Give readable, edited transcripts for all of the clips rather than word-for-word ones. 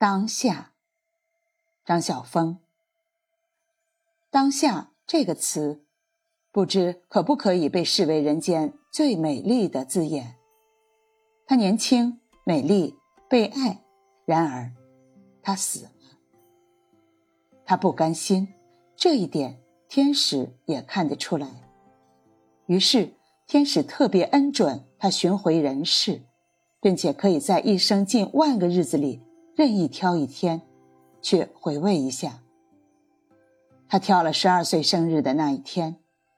当下，张晓峰。当下这个词，不知可不可以被视为人间最美丽的字眼。她年轻、美丽、被爱，然而她死了。她不甘心，这一点天使也看得出来。于是天使特别恩准她寻回人世，并且可以在一生近万个日子里任意挑一天去回味一下。他挑了12岁生日的那一天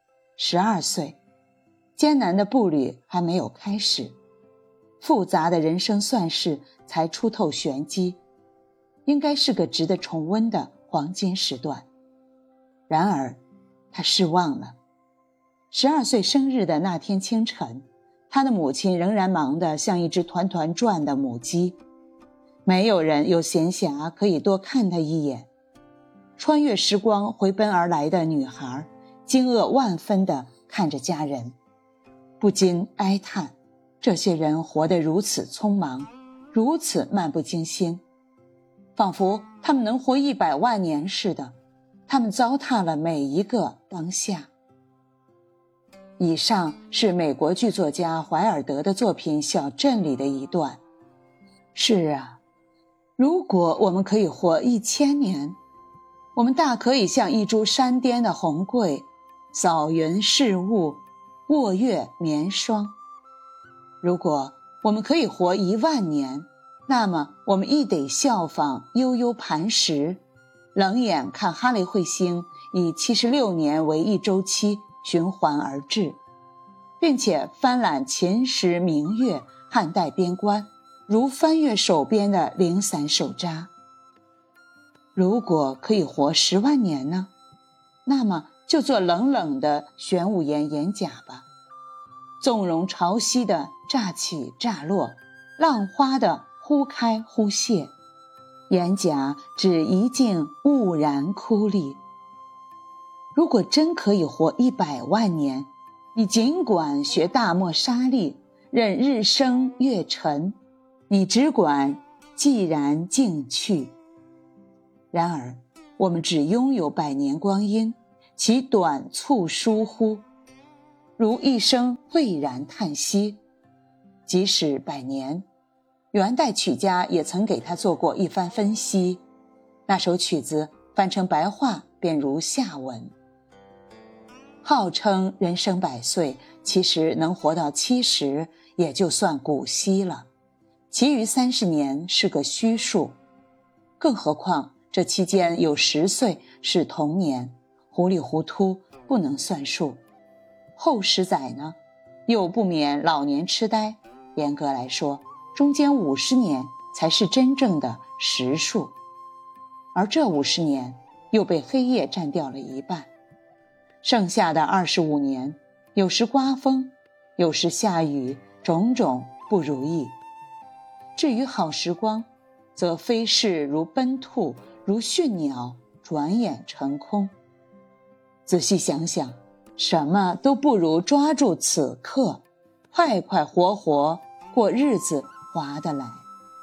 ，12岁，艰难的步履还没有开始，复杂的人生算式才出透玄机，应该是个值得重温的黄金时段。然而他失望了。12岁生日的那天清晨，他的母亲仍然忙得像一只团团转的母鸡，没有人有闲暇可以多看他一眼。穿越时光回奔而来的女孩惊愕万分地看着家人，不禁哀叹，这些人活得如此匆忙，如此漫不经心，仿佛他们能活100万年似的，他们糟蹋了每一个当下。以上是美国剧作家怀尔德的作品《小镇》里的一段。是啊，如果我们可以活1000年，我们大可以像一株山巅的红桂，扫云视雾，卧月眠霜。如果我们可以活10000年，那么我们亦得效仿悠悠磐石，冷眼看哈雷彗星以76年为一周期循环而至，并且翻览秦时明月，汉代边关，如翻阅手边的零散手札。如果可以活10万年呢？那么就做冷冷的玄武岩岩甲吧，纵容潮汐的乍起乍落，浪花的忽开忽谢，岩甲只一径兀然枯立。如果真可以活100万年，你尽管学大漠沙砾，任日升月沉，你只管寂然静去。然而我们只拥有100年光阴，其短促疏忽，如一声喟然叹息。即使100年，元代曲家也曾给他做过一番分析，那首曲子翻成白话便如下文：号称人生100岁，其实能活到70也就算古稀了，其余30年是个虚数。更何况这期间有10岁是童年，糊里糊涂不能算数。后10载呢，又不免老年痴呆，严格来说，中间50年才是真正的实数。而这50年又被黑夜占掉了一半，剩下的25年，有时刮风，有时下雨，种种不如意。至于好时光，则飞逝如奔兔，如驯鸟，转眼成空。仔细想想，什么都不如抓住此刻，快快活活过日子划得来。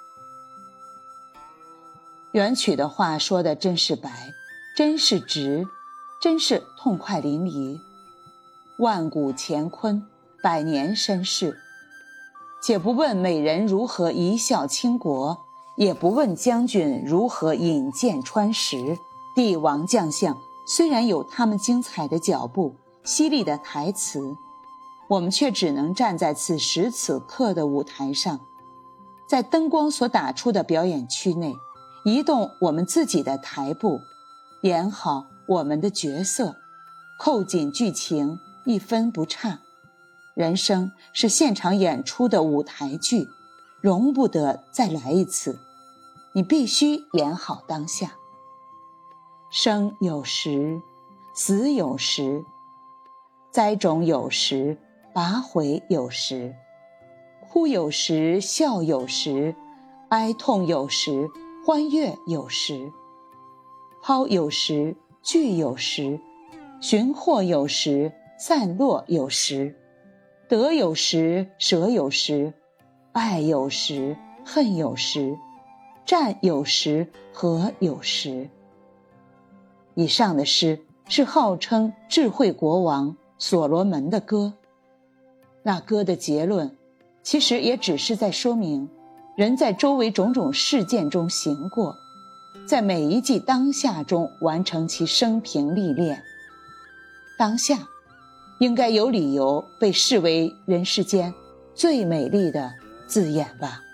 元曲的话说的真是白，真是直，真是痛快淋漓。万古乾坤，100年身世，且不问美人如何一笑倾国，也不问将军如何引剑穿石，帝王将相虽然有他们精彩的脚步，犀利的台词，我们却只能站在此时此刻的舞台上，在灯光所打出的表演区内，移动我们自己的台步，演好我们的角色，扣紧剧情，一分不差。人生是现场演出的舞台剧，容不得再来一次，你必须演好当下。生有时，死有时，栽种有时，拔回有时，哭有时，笑有时，哀痛有时，欢悦有时，抛有时，聚有时，寻获有时，散落有时，得有时，舍有时，爱有时，恨有时， 战有时，和有时。以上的诗是号称智慧国王所罗门的歌，那歌的结论其实也只是在说明人在周围种种事件中行过，在每一季当下中完成其生平历练。当下应该有理由被视为人世间最美丽的字眼吧。